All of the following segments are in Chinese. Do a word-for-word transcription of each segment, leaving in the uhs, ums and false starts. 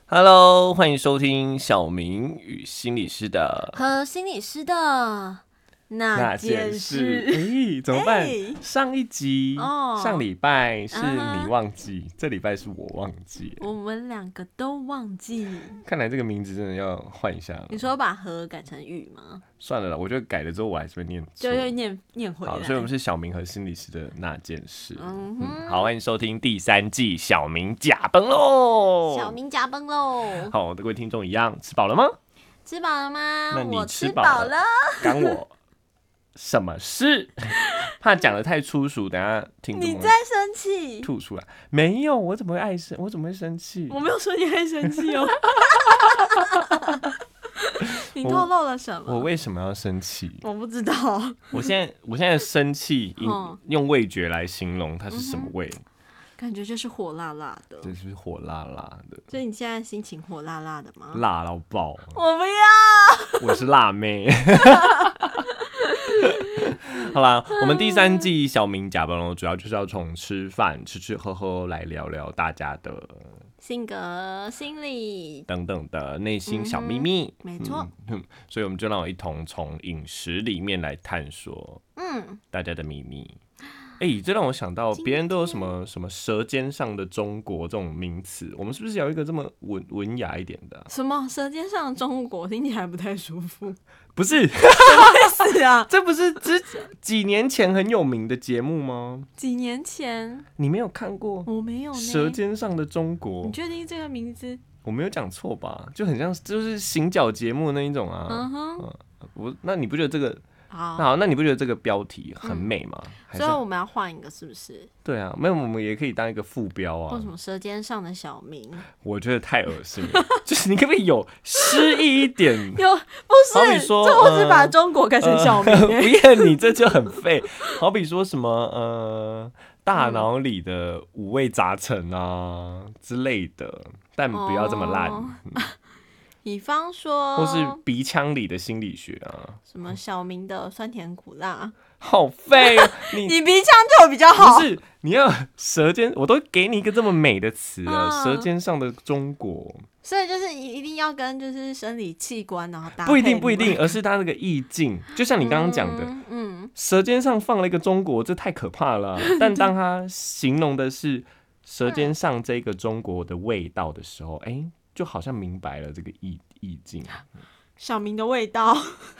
Hello，欢迎收听小明与心理师的和心理师的那件事。 哎、欸，怎么办？ 欸、 上一集、哦、上礼拜是你忘记， uh-huh. 这礼拜是我忘记， 我们两个都忘记。 看来这个名字真的要换一下了。 你说把和改成雨吗？ 算了啦，我觉得改了之后我还是会念错， 就会念念回来。 好，所以我们是小明和心理师的那件事。嗯, 嗯好，欢迎收听第三季小明驾崩喽！ 小明驾崩喽！ 好，各位听众一样，吃饱了吗？ 吃饱了吗？ 那你吃饱了， 干我什么事？怕讲得太粗俗，等下听众你在生气， 吐出来。没有，我怎么会爱生？我怎么会生气？ 我没有说你爱生气哦。你透露了什么？ 我, 我为什么要生气？ 我不知道。 我现在我现在生气，用味觉来形容它是什么味？嗯、 感觉就是火辣辣的。 这是火辣辣的。 所以你现在心情火辣辣的吗？ 辣到爆！ 我不要。 我是辣妹。好啦，我们第三季小明驾崩喽，主要就是要从吃饭、吃吃喝喝来聊聊大家的性格、心理等等的内心小秘密。 嗯、没错、 嗯，所以我们就让我一同从饮食里面来探索，嗯，大家的秘密。哎、欸，这让我想到，别人都有什么什么舌尖上的中国这种名词，我们是不是有一个这么文文雅一点的、啊？ 什么舌尖上的中国听起来不太舒服。 不是， 什么意思啊？ 这不是之几年前很有名的节目吗？ 几年前你没有看过？ 我没有。 舌尖上的中国， 你确定这个名字？ 我没有讲错吧？就很像就是行脚节目那一种啊。嗯哼，嗯我那你不觉得这个？好，那好，那你不觉得这个标题很美吗？ 嗯、所以我们要换一个，是不是？ 对啊，没有，我们也可以当一个副标啊。 或什么舌尖上的小明？ 我觉得太恶心了，就是你可不可以有诗意一点？ 有，不是？好比说，这我是把中国改成小明、欸呃呃。不要，你这就很废。好比说什么呃，大脑里的五味杂陈啊之类的，但不要这么烂。哦嗯比方说， 或是鼻腔里的心理学啊， 什么小明的酸甜苦辣， 好废哦！你你鼻腔就比较好， 不是？你要舌尖，我都给你一个这么美的词了，嗯、舌尖上的中国。 所以就是一定要跟就是生理器官然后搭配， 不一定不一定，而是它那个意境，就像你刚刚讲的，嗯, 嗯，舌尖上放了一个中国，这太可怕了、啊。但当它形容的是舌尖上这个中国的味道的时候，哎、欸。就好像明白了这个 意, 意境， 小明的味道。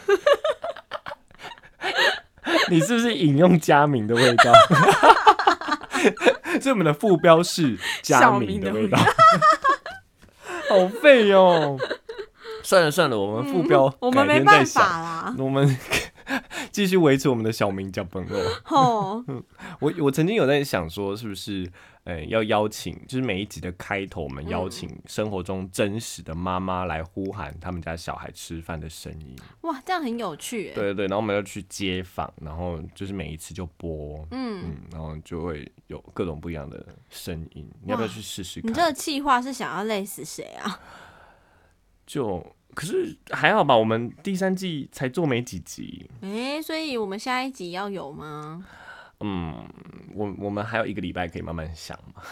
你是不是引用佳明的味道？所以我们的副標是佳明的味道，好废哦！算了算了，我们副標、嗯、 我们没办法啦， 我们继續維持我們的小明腳本哦。Oh. 我我曾經有在想說，是不是、欸、要邀請，就是每一集的開頭，我們邀請生活中真實的媽媽來呼喊他們家小孩吃飯的聲音。 哇，這樣很有趣耶。 對對對，然後我們要去街訪，然後就是每一次就播，嗯嗯，然後就會有各種不一樣的聲音。你要不要去試試看？ 你這個企劃是想要累死誰啊？ 就。可是還好吧，我們第三季才做沒幾集， 哎、欸，所以我們下一集要有嗎？ 嗯，我我們還有一個禮拜可以慢慢想嘛。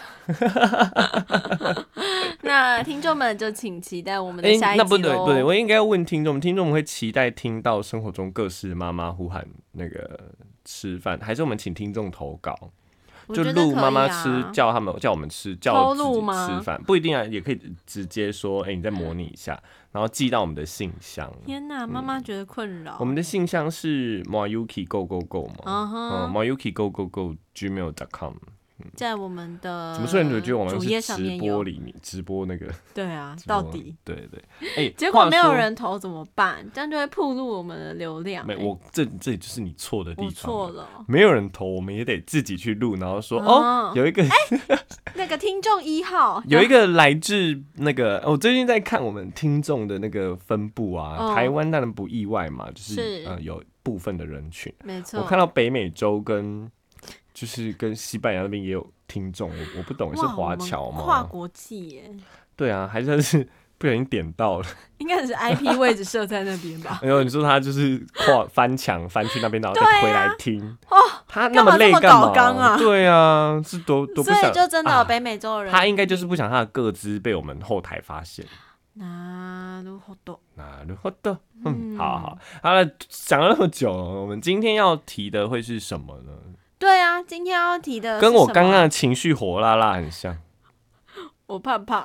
那聽眾們就請期待我們的下一集、欸、 那不對不對，我應該要問聽眾，聽眾們會期待聽到生活中各式媽媽呼喊那個吃飯，還是我們請聽眾投稿？就錄媽媽吃，叫他們叫我們吃，叫自己吃飯，不一定啊，也可以直接說，哎、欸，你再模擬一下，然後寄到我們的信箱。 天哪，媽媽覺得困擾、嗯。 我們的信箱是 mayuki go go go 嘛，嗯 mayuki go go go gmail dot com。 在我們的怎麼說？你覺得我們是主頁上面直播裡面直播那個？ 對啊，到底對對。哎、欸， 結果沒有人投怎麼辦？這樣就會暴露我們的流量、欸。 沒，我這這就是你錯的地方。 我錯了， 沒有人投，我們也得自己去錄，然後說哦，哦，有一個、欸、 那個聽眾一號， 有一個來自那個，我最近在看我們聽眾的那個分布啊，哦、台灣當然不意外嘛，就是，是呃有部分的人群， 沒錯， 我看到北美洲跟。就是跟西班牙那邊也有聽眾，我我不懂是華僑嗎？ 跨國際耶。 對啊，還是是不小心点到了， 应该是 I P 位置设在那边吧？ 然后你说他就是跨翻墙翻去那边，然后再回来听。 哦， 他那么累干嘛？ 干嘛这么搞纲啊对啊，是多多不所想。 以就真的有啊北美洲的人， 他应该就是不想他的个资被我们后台发现。 なるほど。 なるほど。嗯，好好，好了，讲了那么久了，我们今天要提的会是什么呢？ 对啊，今天要提的是跟我什么啊刚刚的情绪火辣辣很像。 我怕怕。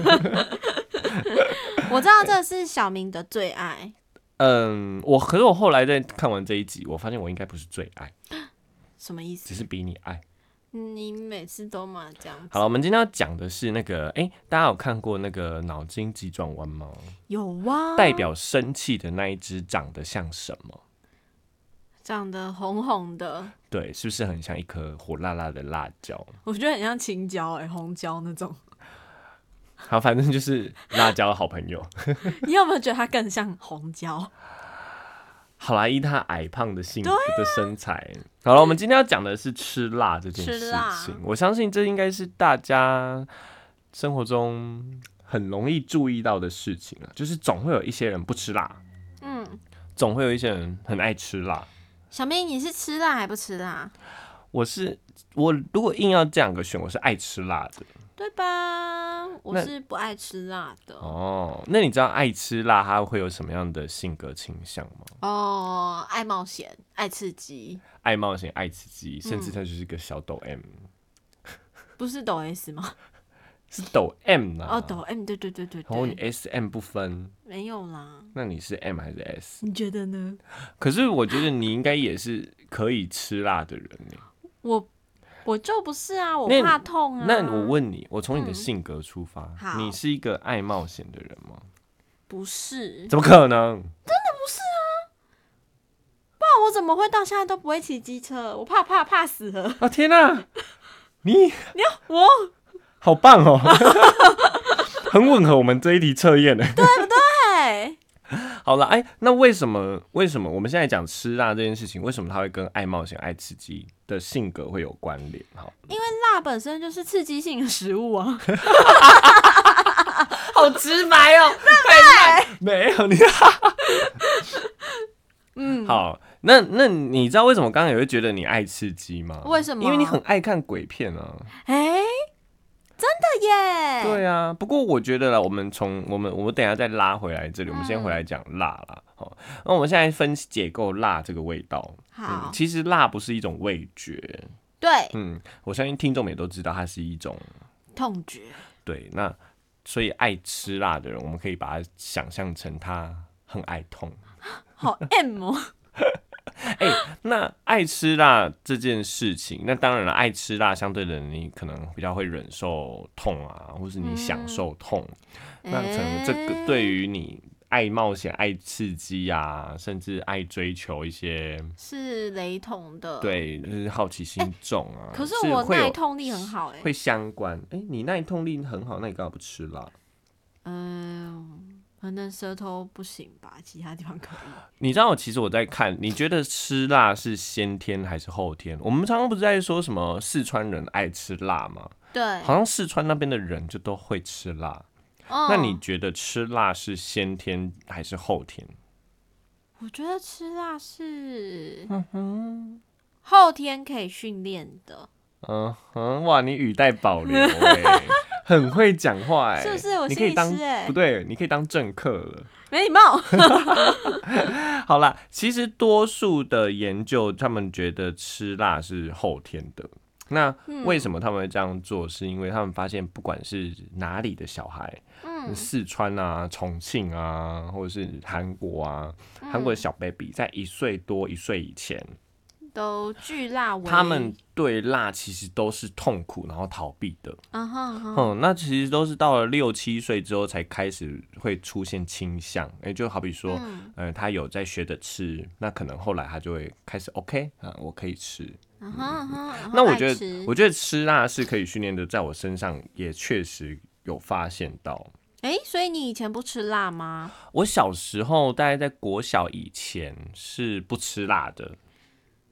我知道这是小明的最爱。 嗯，我可是我后来在看完这一集，我发现我应该不是最爱， 什么意思？ 只是比你爱。 你每次都嘛这样子。 好了，我们今天要讲的是那个，哎、大家有看过那个脑筋急转弯吗？ 有啊， 代表生气的那一只长得像什么？ 长得红红的， 对，是不是很像一颗火辣辣的辣椒？ 我觉得很像青椒哎、欸，红椒那种。 好，反正就是辣椒的好朋友。 你有没有觉得它更像红椒？ 好啦，依他矮胖的性格的身材，好了，我们今天要讲的是吃辣这件事吃辣情。我相信这应该是大家生活中很容易注意到的事情啊，就是总会有一些人不吃辣， 嗯， 总会有一些人很爱吃辣。 小明，你是吃辣还不吃辣？ 我是我如果硬要这样个选，我是爱吃辣的。 对吧？我是不爱吃辣的。 哦，那你知道爱吃辣他会有什么样的性格倾向吗？ 哦，爱冒险，爱刺激， 爱冒险，爱刺激，甚至他就是个小抖 M，、 不是抖 S 吗？ 是抖 M 啦。 哦，抖 M， 对对对对然后你对， S M 不分， 没有啦。 那你是 M 还是 S？ 你觉得呢？ 可是我觉得你应该也是可以吃辣的人耶。 我我就不是啊，我那怕痛啊。 那我问你，我从你的性格出发， 好你是一个爱冒险的人吗？ 不是， 怎么可能？ 不然我怎么会到现在都不会骑机车？我怕怕怕死了。 啊天哪、你你要我好棒哦，很吻合我们这一题测验的。 对， 好了，哎，那为什么为什么我们现在讲吃辣这件事情，为什么它会跟爱冒险、爱刺激的性格会有关联？好， 因为辣本身就是刺激性的食物啊。 好直白哦，对，没有你。 嗯， 好，那那你知道为什么刚刚也会觉得你爱刺激吗？ 为什么因为你很爱看鬼片啊。 哎、真的耶。 对啊，不过我觉得啦，我们从我们我们等一下再拉回来这里，我们先回来讲辣啦。好，那我们现在分解构辣这个味道。 好， 嗯，其实辣不是一种味觉。 对， 嗯，我相信听众们也都知道，它是一种痛觉。 对。那所以爱吃辣的人，我们可以把它想象成他很爱痛。 好 M 哦。 哎、欸，那爱吃辣这件事情，那当然了，爱吃辣相对的，你可能比较会忍受痛啊，或是你享受痛。嗯、那可能这个对于你爱冒险、爱刺激啊，甚至爱追求一些是雷同的。 对，就是好奇心重啊。 欸、可是我耐痛力很好哎、欸， 会相关。哎、欸，你耐痛力很好，那你干嘛不吃辣？ 嗯。可能舌头不行吧，其他地方可以。 你知道，其实我在看，你觉得吃辣是先天还是后天？我们常常不是在说什么四川人爱吃辣吗？ 对， 好像四川那边的人就都会吃辣。哦、那你觉得吃辣是先天还是后天？ 我觉得吃辣是后天可以训练的。 嗯哼，哇，你语带保留哎、欸，很会讲话哎、欸， 是不是？我你可以当哎、欸， 不对，你可以当政客了， 没礼貌。 好啦，其实多数的研究，他们觉得吃辣是后天的。那为什么他们会这样做？是因为他们发现，不管是哪里的小孩，嗯，四川啊、重庆啊，或者是韩国啊，韩国的小 baby 在一岁多、一岁以前。 都惧辣为， 他们对辣其实都是痛苦，然后逃避的。 嗯哼哼， 嗯，那其实都是到了六七岁之后才开始会出现倾向。哎、欸，就好比说，嗯、呃，他有在学着吃，那可能后来他就会开始 OK 啊，我可以吃。 嗯哼哼， 那我觉得，我觉得吃辣是可以训练的，在我身上也确实有发现到。 哎、欸，所以你以前不吃辣吗？ 我小时候大概在国小以前是不吃辣的。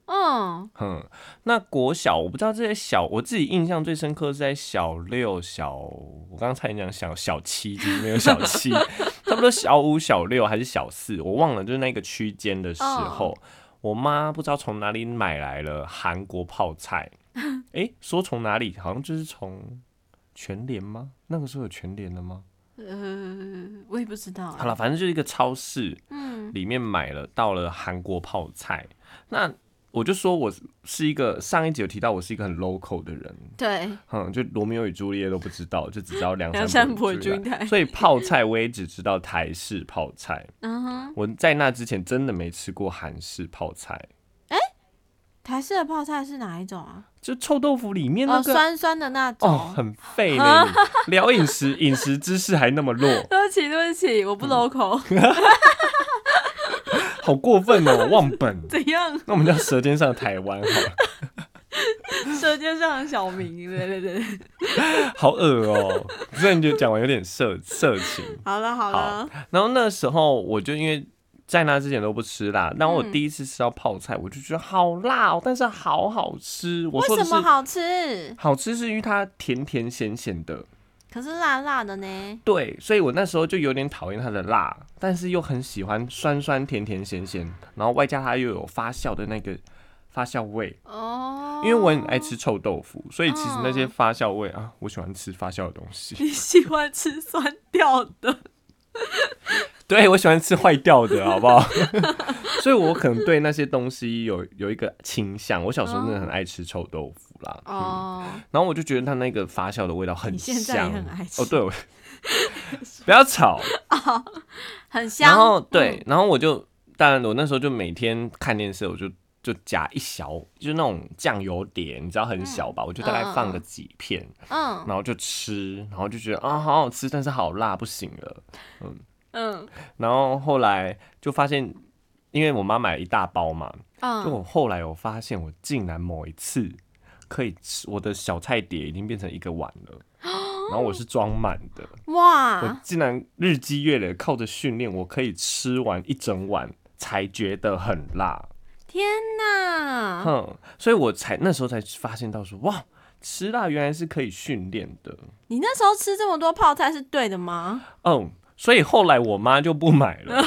嗯哼，那国小我不知道这些小，我自己印象最深刻是在小六、小，我刚刚才讲小小七，其实没有小七，差不多小五、小六还是小四，我忘了，就是那个区间的时候，嗯、我妈不知道从哪里买来了韩国泡菜，哎、欸，说从哪里，好像就是从全联吗？那个时候有全联了吗？ 呃，我也不知道。 好了，反正就是一个超市，嗯，里面买了到了韩国泡菜，那。我就说我是一个上一集有提到我是一个很 local 的人， 对， 嗯，就罗密欧与朱丽叶都不知道，就只知道梁山伯与君台， 所以泡菜我也只知道台式泡菜。嗯哼，我在那之前真的没吃过韩式泡菜。 哎、欸，台式的泡菜是哪一种啊？ 就臭豆腐里面那个、 哦、酸酸的那种， 哦，很废呢。你聊饮食，饮食知识还那么弱。 对不起，对不起，我不 local。嗯好过分哦，忘本。 怎样？ 那我们叫舌尖上的台湾好了。 舌尖上的小明，对对对。 好恶哦，所以你就讲完有点色色情。 好了好了。 然后那时候我就因为在那之前都不吃辣，然后我第一次吃到泡菜，我就觉得好辣哦，但是好好吃。我说的是为什么好吃？ 好吃是因为它甜甜咸咸的。 可是辣辣的呢？ 对，所以我那时候就有点讨厌它的辣，但是又很喜欢酸酸甜甜咸咸，然后外加它又有发酵的那个发酵味哦。因为我很爱吃臭豆腐，所以其实那些发酵味、哦、啊，我喜欢吃发酵的东西。 你喜欢吃酸掉的？ 对，我喜欢吃坏掉的，好不好？所以我可能对那些东西有有一个倾向。我小时候真的很爱吃臭豆腐啦，哦、嗯，然后我就觉得它那个发酵的味道很香。 你现在也很爱吃哦，对，我不要吵、 哦，很香。 然后对，然后我就当然我那时候就每天看电视，我就就夹一小，就是那种酱油碟，你知道很小吧？嗯、我就大概放个几片，嗯，然后就吃，然后就觉得啊好好吃，但是好辣，不行了，嗯。嗯，然后后来就发现，因为我妈买了一大包嘛，嗯，就我后来我发现，我竟然某一次可以吃，我的小菜碟已经变成一个碗了，然后我是装满的，哇！我竟然日积月累，靠着训练，我可以吃完一整碗，才觉得很辣。 天哪！ 哼，所以我才那时候才发现到说，哇，吃辣原来是可以训练的。 你那时候吃这么多泡菜是对的吗？ 嗯。所以后来我妈就不买了，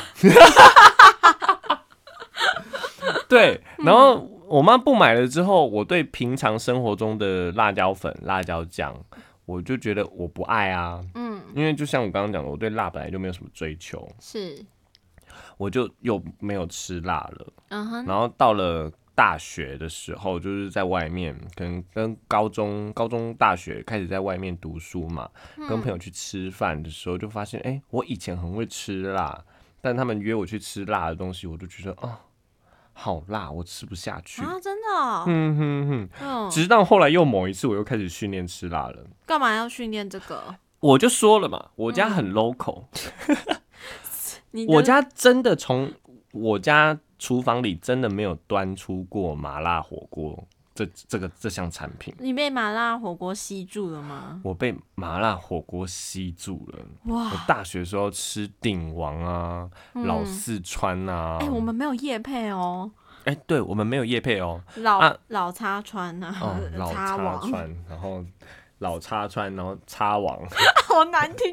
对，然后我妈不买了之后，我对平常生活中的辣椒粉、辣椒酱，我就觉得我不爱啊，嗯，因为就像我刚刚讲的，我对辣本来就没有什么追求， 是， 我就又没有吃辣了，嗯哼，然后到了大学的时候，就是在外面，可能跟高中、高中、大学开始在外面读书嘛，嗯、跟朋友去吃饭的时候，就发现，哎、欸，我以前很会吃辣，但他们约我去吃辣的东西，我就觉得，哦，好辣，我吃不下去啊，真的、哦， 嗯哼哼，嗯，直到后来又某一次，我又开始训练吃辣了。 干嘛要训练这个？ 我就说了嘛，我家很 local，、嗯、我家真的从我家。厨房里真的没有端出过麻辣火锅这这个这项产品。 你被麻辣火锅吸住了吗？ 我被麻辣火锅吸住了。哇！我大学的时候吃鼎王啊、嗯、老四川啊。 哎、欸，我们没有业配哦。 哎、欸，对，我们没有业配哦。 老、啊、老叉川啊， 哦、老叉川，然后老叉川，然后叉王， 好难听。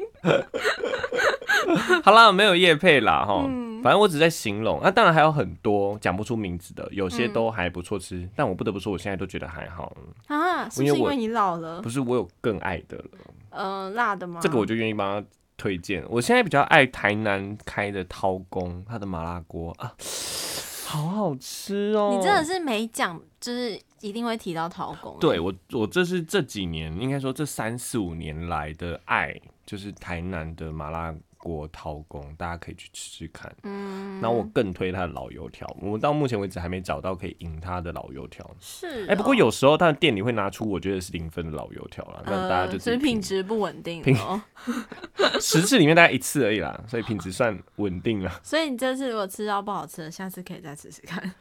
好啦，没有业配啦哈。嗯反正我只在形容，那、啊、当然还有很多讲不出名字的，有些都还不错吃、嗯，但我不得不说，我现在都觉得还好啊。是不是因为你老了？ 不是，我有更爱的了。 呃，辣的吗？ 这个我就愿意帮他推荐。我现在比较爱台南开的韬公，他的麻辣锅啊，好好吃哦。 你真的是没讲，就是一定会提到韬公。 对我，我这是这几年，应该说这三四五年来的爱，就是台南的麻辣锅韬公，大家可以去吃吃看。嗯，然后我更推他的老油条，我们到目前为止还没找到可以赢他的老油条。 是、哦， 哎、欸，不过有时候他的店里会拿出我觉得是零分的老油条啦，那、呃、大家就所以品质不稳定哦。 十次里面大概一次而已啦，所以品质算稳定了。 所以你这次如果吃到不好吃的，下次可以再试试看。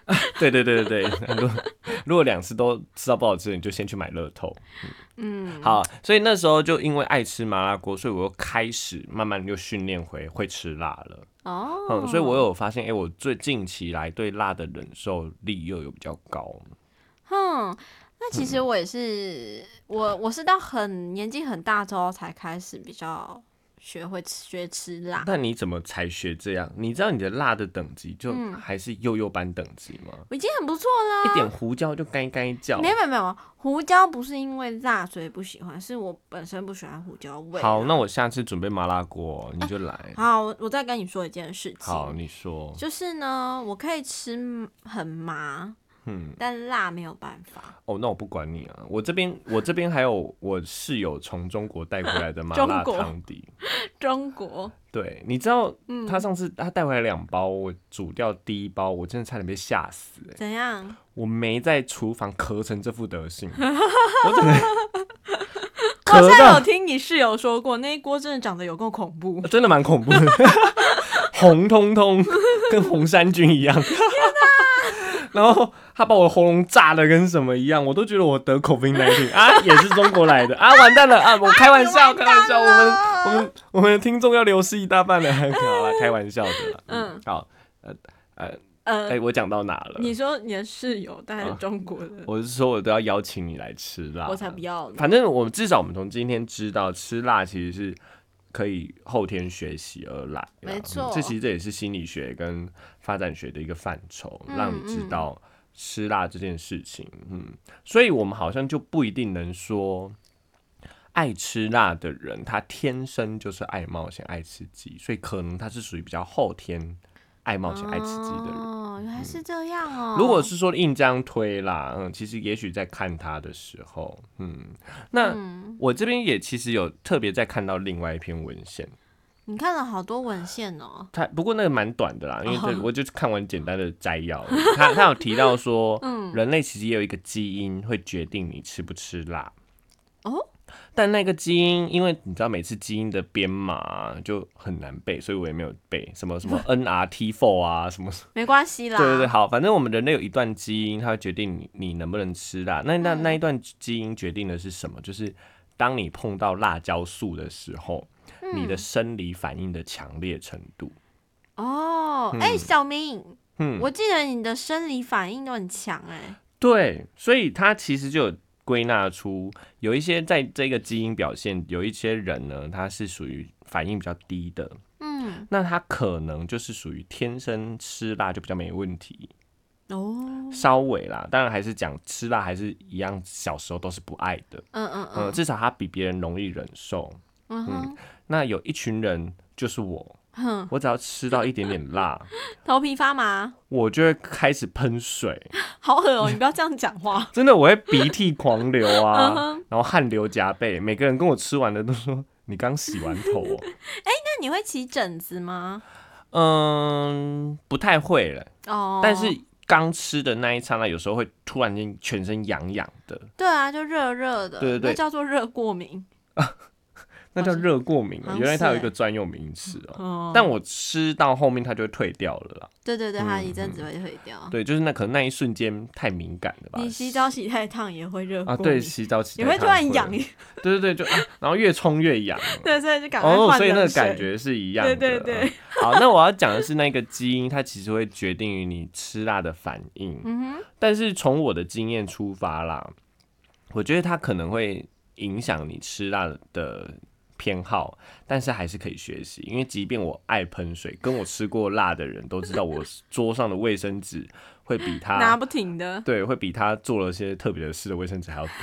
对对对对对，很多如果两次都吃到不好吃的，你就先去买乐透。嗯，嗯好，所以那时候就因为爱吃麻辣锅，所以我又开始慢慢又训练回会吃辣了。哦，嗯，所以我有发现，哎、欸，我最近期来对辣的忍受力又有比较高。 哼，那其实我也是，嗯、我我是到很年纪很大之后才开始比较。学会吃学吃辣， 那你怎么才学这样？你知道你的辣的等级就还是幼幼班等级吗？ 我、嗯、已经很不错啦， 一点胡椒就该该叫。 没有没有没有，胡椒不是因为辣所以不喜欢，是我本身不喜欢胡椒味。 好，那我下次准备麻辣锅，你就来。欸、 好，我再跟你说一件事情。 好，你说。 就是呢，我可以吃很麻。嗯，但辣没有办法。 哦，那我不管你啊，我这边我这边还有我室友从中国带回来的麻辣汤底。 中国。 对，你知道、嗯、他上次他带回来两包，我煮掉第一包，我真的差点被吓死、欸。 怎样？我没在厨房咳成这副德行，我整个。 我好像有听你室友说过，那一锅真的长得有够恐怖， 真的蛮恐怖的，红彤彤，跟红衫军一样。然后他把我的喉咙炸的跟什么一样，我都觉得我得 COVID 十九 啊，也是中国来的啊，完蛋了啊！我开玩笑，开玩笑，我们我们我们的听众要流失一大半了，好啦，开玩笑的啦。嗯，好，呃呃呃，哎、欸，我讲到哪了？ 你说你的室友带是中国的、啊， 我是说我都要邀请你来吃辣， 我才不要。 反正我至少我们从今天知道，吃辣其实是可以后天学习而来， 没错、嗯。 这其实这也是心理学跟发展学的一个范畴，嗯、让你知道吃辣这件事情。嗯，所以我们好像就不一定能说爱吃辣的人他天生就是爱冒险、爱吃鸡，所以可能他是属于比较后天爱冒险、爱吃鸡的人。 哦，原来是这样哦。 如果是说硬这样推啦，嗯，其实也许在看他的时候，嗯，那、嗯、我这边也其实有特别在看到另外一篇文献。 你看了好多文献哦。 他不过那个蛮短的啦，因为这我就看完简单的摘要。他他有提到说，嗯，人类其实也有一个基因会决定你吃不吃辣。哦。但那个基因，因为你知道每次基因的编码就很难背，所以我也没有背什么什么 N R T 四 啊什么。 没关系啦。 对对对，好，反正我们人类有一段基因，它会决定你你能不能吃辣。那那那一段基因决定的是什么？就是当你碰到辣椒素的时候，嗯、你的生理反应的强烈程度。 哦，哎、嗯欸，小明，嗯，我记得你的生理反应都很强哎、欸。 对，所以它其实就有归纳出有一些在这个基因表现，有一些人呢，他是属于反应比较低的，嗯，那他可能就是属于天生吃辣就比较没问题哦，稍微啦，当然还是讲吃辣还是一样，小时候都是不爱的，嗯嗯嗯，呃、至少他比别人容易忍受，嗯, 嗯，那有一群人就是我。我只要吃到一点点辣， 头皮发麻， 我就会开始喷水。 好恶哦、喔！你不要这样讲话。 真的，我会鼻涕狂流啊，然后汗流浃背。每个人跟我吃完的都说：“你刚洗完头哦。” 哎、欸，那你会起疹子吗？ 嗯，不太会了。哦，但是刚吃的那一刹那，有时候会突然间全身痒痒的。 对啊，就热热的。 对对对， 那叫做热过敏。 那叫热过敏、喔，原来它有一个专用名词哦、喔嗯。但我吃到后面它就会退掉了啦。 对对对，它一阵子会退掉、 嗯。对，就是那可能那一瞬间太敏感了吧。 你洗澡洗太烫也会热过敏啊？对，洗澡洗太烫也会突然痒。对对对，就、啊、然后越冲越痒。 对，所以就赶快换冷水。 哦，所以那个感觉是一样的。 对对对。 好，那我要讲的是那个基因，它其实会决定于你吃辣的反应。嗯哼。但是从我的经验出发啦，我觉得它可能会影响你吃辣的偏好，但是还是可以学习，因为即便我爱喷水，跟我吃过辣的人都知道，我桌上的卫生纸会比他拿不停的， 对，会比他做了些特别的事的卫生纸还要多。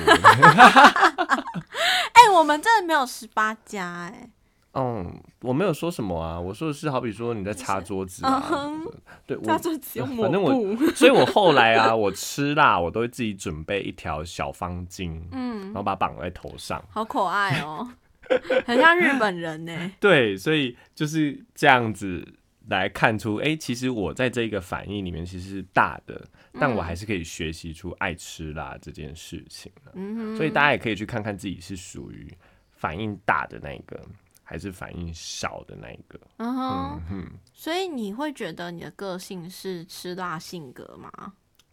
哎、欸，我们真的没有十八家哎。 嗯，我没有说什么啊，我说的是好比说你在擦桌子啊，嗯、对， 擦桌子用抹布。 反正我，所以我后来啊，我吃辣我都会自己准备一条小方巾，嗯，然后把它绑在头上， 好可爱哦。很像日本人呢。 对，所以就是这样子来看出，哎、欸，其实我在这个反应里面其实是大的，但我还是可以学习出爱吃辣这件事情、嗯、所以大家也可以去看看自己是属于反应大的那个， 还是反应少的那一个。 嗯哼， 嗯哼， 所以你会觉得你的个性是吃辣性格吗？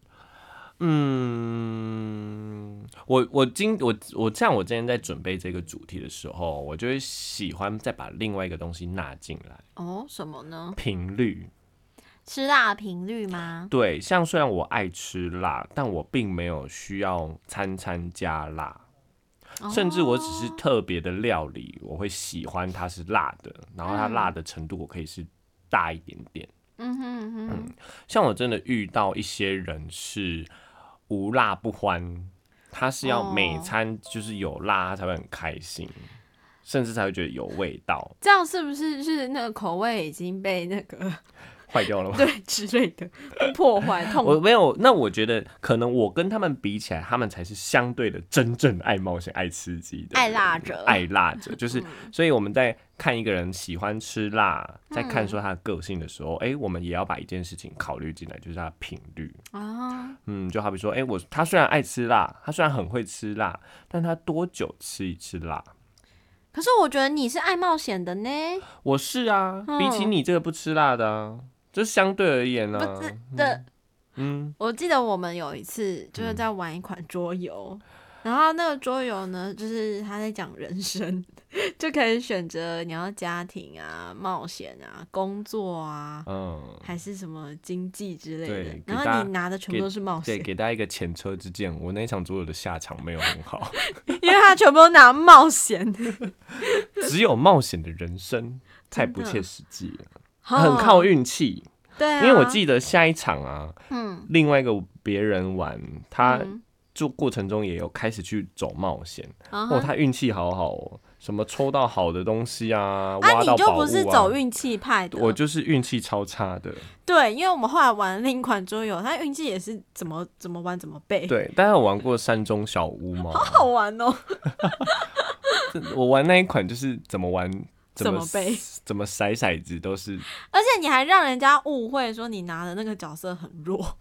嗯，我我今我我像我今天在准备这个主题的时候，我就会喜欢再把另外一个东西纳进来。 哦，什么呢？ 频率。 吃辣的频率吗？ 对，像虽然我爱吃辣，但我并没有需要餐餐加辣。甚至我只是特别的料理，我会喜欢它是辣的，然后它辣的程度我可以是大一点点。 嗯哼嗯哼， 嗯，像我真的遇到一些人是无辣不欢，他是要每餐就是有辣他才会很开心，甚至才会觉得有味道。 这样是不是是那个口味已经被那个坏掉了吗？ 对之类的破坏痛。 我没有，那我觉得可能我跟他们比起来，他们才是相对的真正爱冒险、爱刺激的爱辣者， 爱辣者。就是，嗯、所以我们在看一个人喜欢吃辣，在看说他的个性的时候，哎、嗯欸，我们也要把一件事情考虑进来，就是他的频率啊。嗯，就好比说，哎、欸，我他虽然爱吃辣，他虽然很会吃辣，但他多久吃一次辣？ 可是我觉得你是爱冒险的呢。 我是啊，嗯、比起你这个不吃辣的啊。就相对而言呢、啊， 不是的， 嗯， 我记得我们有一次就是在玩一款桌游，嗯、然后那个桌游呢，就是他在讲人生，就可以选择你要家庭啊、冒险啊、工作啊，嗯，还是什么经济之类的。然后你拿的全部都是冒险， 对，给大家一个前车之鉴。我那场桌游的下场没有很好， 因为他全部都拿冒险， 只有冒险的人生太不切实际了。很靠运气， 对、啊， 因为我记得下一场啊，嗯，另外一个别人玩，他就过程中也有开始去走冒险，嗯、哦，他运气好好哦，什么抽到好的东西啊，挖到宝物啊， 你就不是走运气派的， 我就是运气超差的。 对，因为我们后来玩另一款桌游，他运气也是怎么怎么玩怎么背。 对，大家有玩过山中小屋吗？ 好好玩哦！ 我玩那一款就是怎么玩。 怎么背？ 怎么骰骰子都是， 而且你还让人家误会说你拿的那个角色很弱，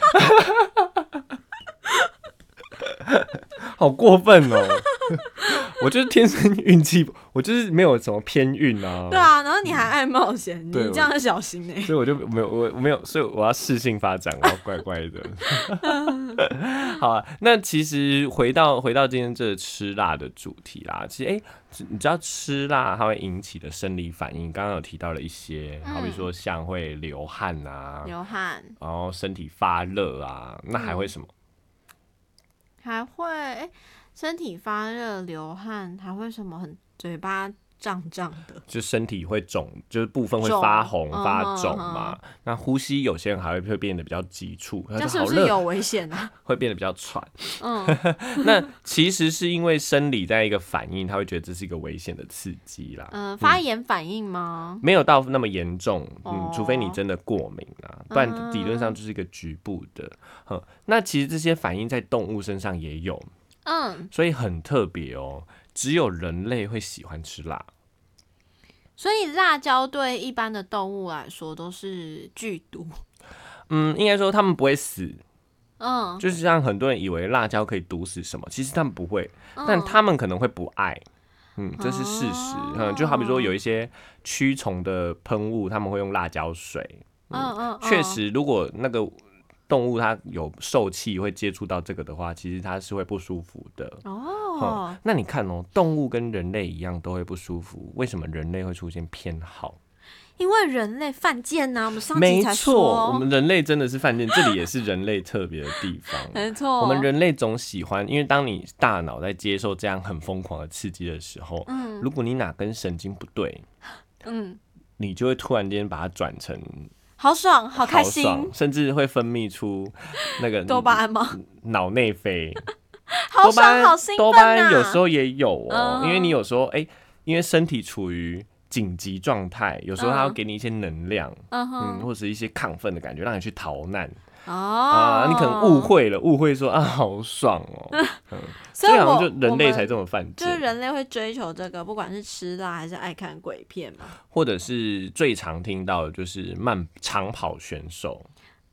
好过分哦！我就是天生运气，我就是没有什么偏运啊。 对啊，然后你还爱冒险，你这样小心哎、欸。 所以我就没有，我我没有，所以我要适性发展，我要乖乖的。好啊，那其实回到回到今天这个吃辣的主题啦，其实哎、欸，你知道吃辣它会引起的生理反应，刚刚有提到了一些，好比说像会流汗啊， 流汗， 然后身体发热啊，那还会什么？ 嗯、还会哎。欸身体发热、流汗，还会什么很嘴巴胀胀的， 就身体会肿，就是部分会发红、发肿嘛。嗯、那呼吸有些人还会会变得比较急促， 这是不是有危险啊？ 会变得比较喘。嗯，那其实是因为生理在一个反应，他会觉得这是一个危险的刺激啦。 嗯、呃，发炎反应吗？ 嗯、没有到那么严重，嗯，哦、除非你真的过敏啊，不然理论上就是一个局部的。嗯，那其实这些反应在动物身上也有。嗯，所以很特别哦，只有人类会喜欢吃辣。 所以辣椒对一般的动物来说都是剧毒。 嗯，应该说他们不会死。嗯，就是像很多人以为辣椒可以毒死什么，其实他们不会，嗯、但他们可能会不爱。嗯，这是事实。哦、嗯，就好比说有一些驱虫的喷雾，他们会用辣椒水。嗯嗯，确、嗯、实，如果那个动物它有受气会接触到这个的话，其实它是会不舒服的哦、嗯。那你看哦，动物跟人类一样都会不舒服，为什么人类会出现偏好？ 因为人类犯贱呐、啊，我们上集才说，没错， 我们人类真的是犯贱，这里也是人类特别的地方。 没错， 我们人类总喜欢，因为当你大脑在接受这样很疯狂的刺激的时候，嗯，如果你哪根神经不对，嗯，你就会突然间把它转成。 好爽，好开心， 甚至会分泌出那个多巴胺吗？ 脑内啡， 好爽，好兴奋啊！ 多巴胺有时候也有哦，嗯、因为你有时候哎、欸，因为身体处于紧急状态，有时候它要给你一些能量，嗯, 嗯，或者一些亢奋的感觉，让你去逃难。哦、啊，你可能误会了，误会说啊，好爽哦。嗯、所以好像就人类才这么犯贱， 就是人类会追求这个，不管是吃辣还是爱看鬼片嘛， 或者是最常听到的就是慢长跑选手。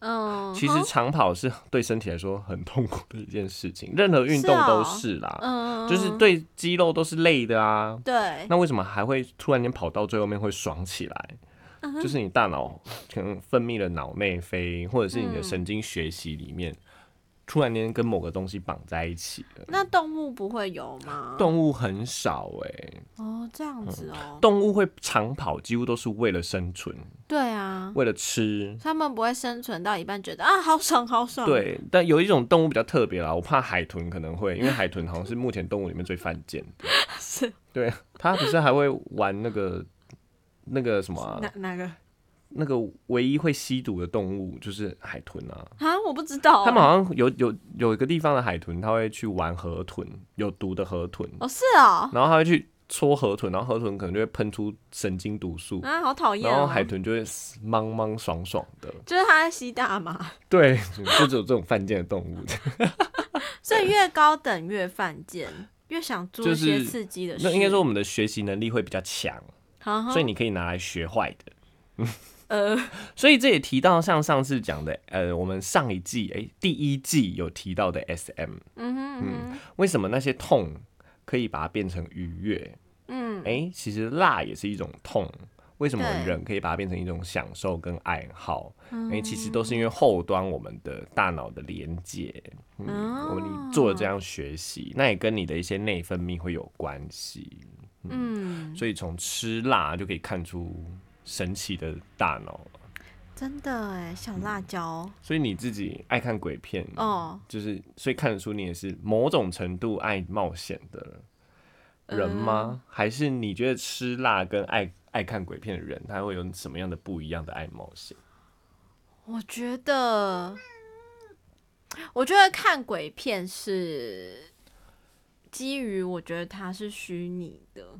嗯， 其实长跑是对身体来说很痛苦的一件事情，任何运动都是啦， 是哦、 就是对肌肉都是累的啊。 对， 那为什么还会突然间跑到最后面会爽起来？嗯、就是你大脑可能分泌了脑内啡，或者是你的神经学习里面。嗯突然间跟某个东西绑在一起了。 那动物不会有吗？ 动物很少哎、 欸。哦，这样子哦、 嗯。动物会长跑，几乎都是为了生存。 对啊， 为了吃。 他们不会生存到一半觉得啊好爽好爽。 对，但有一种动物比较特别啦，我怕海豚可能会，因为海豚好像是目前动物里面最犯贱的。 是。 对，它不是还会玩那个那个什么、啊？ 哪哪个？ 那个唯一会吸毒的动物就是海豚啊！ 啊，我不知道、欸。 他们好像有有有一个地方的海豚，它会去玩河豚，有毒的河豚。 哦，是啊、哦。 然后它会去戳河豚，然后河豚可能就会喷出神经毒素啊，好讨厌、哦。 然后海豚就会茫茫爽爽的， 就是它在吸大麻。 对，就只有这种犯贱的动物。 所以越高等越犯贱，越想做一些刺激的事。 那应该说我们的学习能力会比较强，所以你可以拿来学坏的。 呃， 所以这也提到像上次讲的，呃，我们上一季哎、欸、第一季有提到的 S M， 嗯哼嗯哼， 嗯，为什么那些痛可以把它变成愉悦？嗯，哎、欸，其实辣也是一种痛，为什么人可以把它变成一种享受跟爱好？哎、欸，其实都是因为后端我们的大脑的连接，嗯，哦、你做了这样学习，那也跟你的一些内分泌会有关系，嗯，嗯，所以从吃辣就可以看出。神奇的大脑， 真的哎，小辣椒、嗯。 所以你自己爱看鬼片哦，就是所以看得出你也是某种程度爱冒险的人吗？嗯、还是你觉得吃辣跟爱爱看鬼片的人，他会有什么样的不一样的爱冒险？ 我觉得，我觉得看鬼片是基于我觉得它是虚拟的。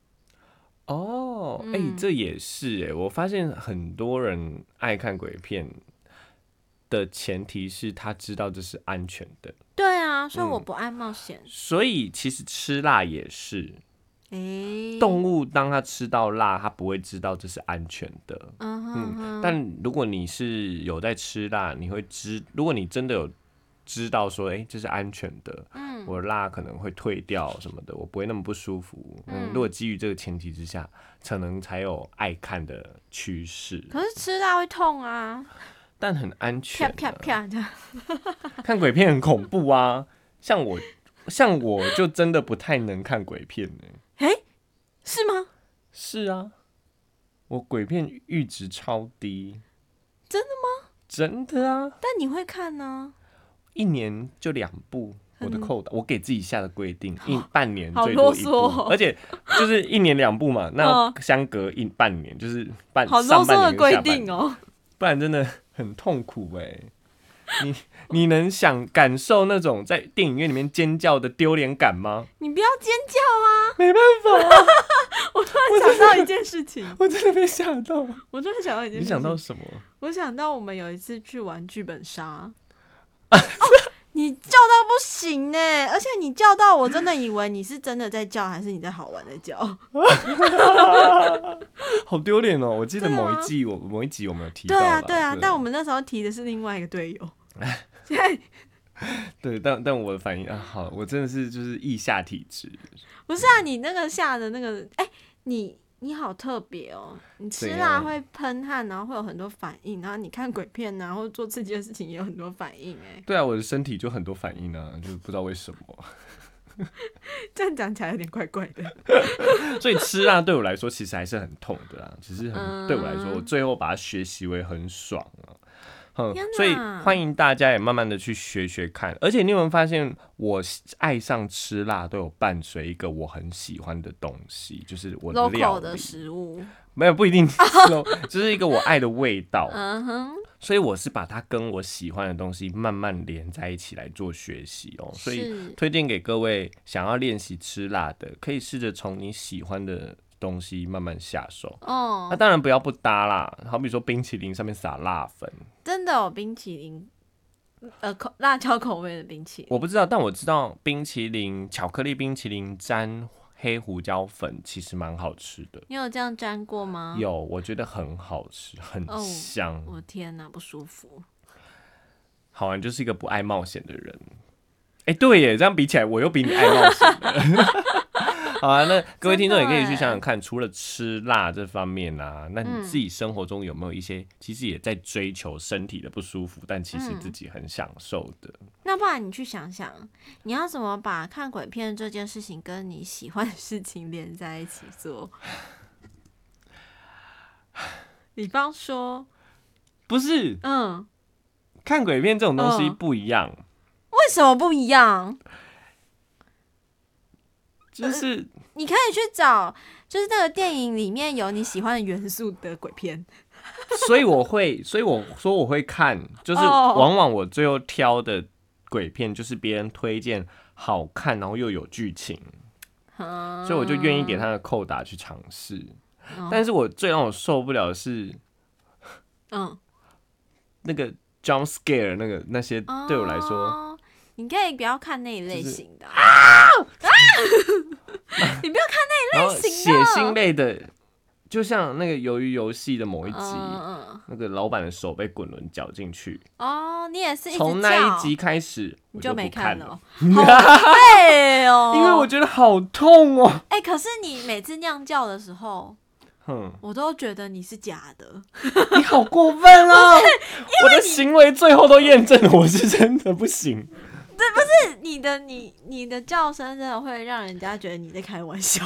哦，哎、欸，这也是哎、欸，我发现很多人爱看鬼片的前提是他知道这是安全的。 对啊，所以我不爱冒险、嗯。所以其实吃辣也是， 欸、 动物当它吃到辣，它不会知道这是安全的。嗯哼哼嗯，但如果你是有在吃辣，你会知，如果你真的有知道说，哎、欸，这是安全的。嗯。我的辣可能会退掉什么的，我不会那么不舒服。嗯，如果基于这个前提之下，可能才有爱看的趋势。 可是吃辣会痛啊， 但很安全、啊。 啪啪啪的。 看鬼片很恐怖啊，像我，像我就真的不太能看鬼片呢、 欸。哎、欸，是吗？ 是啊，我鬼片閾值超低。 真的吗？ 真的啊。 但你会看呢、啊？ 一年就两部。我的扣打，我给自己下的规定，一半年最多一部， 哦、 而且就是一年两部嘛，那相隔一半年就是半好上半年的规定哦， 不然真的很痛苦哎、欸。你你能想感受那种在电影院里面尖叫的丢脸感吗？ 你不要尖叫啊！ 没办法、啊， 我突然想到一件事情， 我真的被吓到。 我突然想到一件事情， 你想到什么？ 我想到我们有一次去玩剧本杀。哦你叫到不行呢，而且你叫到我真的以为你是真的在叫，还是你在好玩的叫。 好丢脸哦！我记得某一季我某一集我们有提到。 对啊对啊，但我们那时候提的是另外一个队友。现在对，但但我的反应啊，好，我真的是就是腋下体质。 不是啊，你那个下的那个，哎、欸，你。你好特别哦！你吃辣会喷汗，然后会有很多反应，然后你看鬼片啊，或者做刺激的事情也有很多反应哎。 对啊，我的身体就很多反应啊，就是不知道为什么。 这样讲起来有点怪怪的。 所以吃辣对我来说其实还是很痛的啦，只是很、嗯、对我来说，我最后把它学习为很爽啊。嗯，所以欢迎大家也慢慢的去学学看，而且你有没有发现，我爱上吃辣都有伴随一个我很喜欢的东西，就是我的料理 local 的食物， 没有不一定，就是一个我爱的味道。嗯哼，所以我是把它跟我喜欢的东西慢慢连在一起来做学习哦。所以推荐给各位想要练习吃辣的，可以试着从你喜欢的东西慢慢下手哦。那当然不要不搭啦，好比说冰淇淋上面撒辣粉。 真的有冰淇淋，呃，口辣椒口味的冰淇淋， 我不知道，但我知道冰淇淋、巧克力冰淇淋沾黑胡椒粉其实蛮好吃的。 你有这样沾过吗？ 有，我觉得很好吃，很香。 哦、我天哪，不舒服。 好玩就是一个不爱冒险的人。哎、欸，对耶，这样比起来，我又比你爱冒险了。好啊，那各位听众也可以去想想看，除了吃辣这方面啊，那你自己生活中有没有一些其实也在追求身体的不舒服，但其实自己很享受的？嗯、 那不然你去想想，你要怎么把看鬼片这件事情跟你喜欢的事情连在一起做？比方说， 不是， 嗯， 看鬼片这种东西不一样。嗯、 为什么不一样？ 就是、呃、 你可以去找，就是那个电影里面有你喜欢的元素的鬼片。 所以我会，所以我说我会看，就是往往我最后挑的鬼片就是别人推荐好看，然后又有剧情，嗯、所以我就愿意给他的扣打去尝试。嗯、但是我最让我受不了的是，嗯，那个 jump scare 那个那些对我来说。哦， 你可以不要看那一类型的、啊啊啊、你不要看那一类型的血腥类的，就像那个鱿鱼游戏的某一集，嗯嗯、那个老板的手被滚轮绞进去。 哦，你也是一直从那一集開始你就没看了， 好累哦， 因為我覺得好痛哦。 哎、欸，可是你每次那樣叫的時候，我都覺得你是假的。 你好過分哦！我的行為最後都驗證了我是真的不行。 对，不是你的你你的叫聲真的會讓人家覺得你在開玩笑。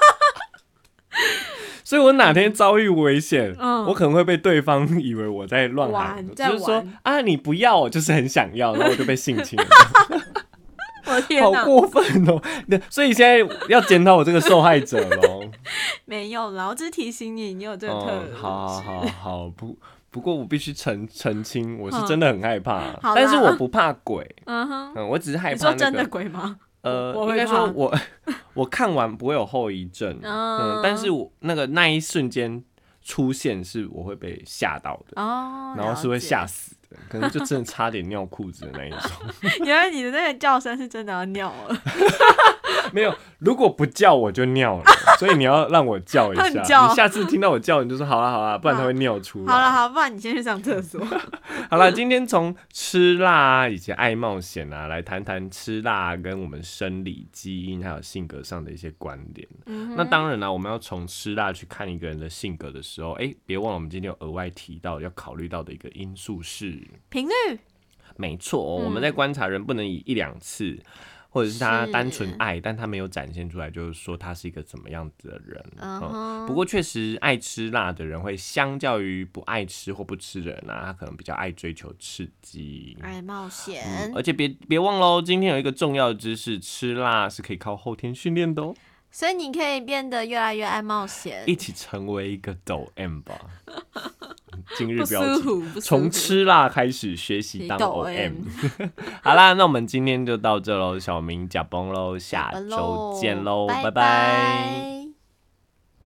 所以我哪天遭遇危險、嗯，我可能會被對方以為我在亂喊，就是說啊你不要，我就是很想要，然後我就被性侵了。 我天哪， 好過分哦！所以現在要檢討我這個受害者咯。 沒有啦，我只是提醒你，你有這個特質、嗯。 好好好好，不不過我必須澄澄清，我是真的很害怕，嗯、但是我不怕鬼。嗯哼，嗯，我只是害怕、那個。 你說真的鬼嗎？ 呃，應該說我我看完不會有後遺症，嗯，但是我那個那一瞬間出現是我會被嚇到的，哦，然後是會嚇死的，可能就真的差點尿褲子的那一種。 原來你的那個叫聲是真的要尿了。 沒有，如果不叫我就尿了，所以你要讓我叫一下。你下次聽到我叫，你就說好啦好啦，不然它會尿出來。 好啦好，不然你先去上廁所。 好啦，今天從吃辣啊以及愛冒險啊，來談談吃辣跟我們生理基因還有性格上的一些關聯。嗯、那當然啦，我們要從吃辣去看一個人的性格的時候，哎、欸，別忘了我們今天有額外提到要考慮到的一個因素是頻率。 沒錯、哦嗯，我們在觀察人不能以一兩次。或者是他單純愛，但他沒有展現出來，就是說他是一個怎麼樣子的人。Uh-huh. 嗯、不過確實愛吃辣的人會相較於不愛吃或不吃的人啊，他可能比較愛追求刺激、 愛冒險、 嗯。而且別別忘了，今天有一個重要的知識，吃辣是可以靠後天訓練的哦。 所以你可以變得越來越愛冒險， 一起成為一個抖 M 吧。今日標題，從吃辣開始學習當 O M。好啦，那我們今天就到這嘍，小明呷飯嘍，下周見嘍，拜拜。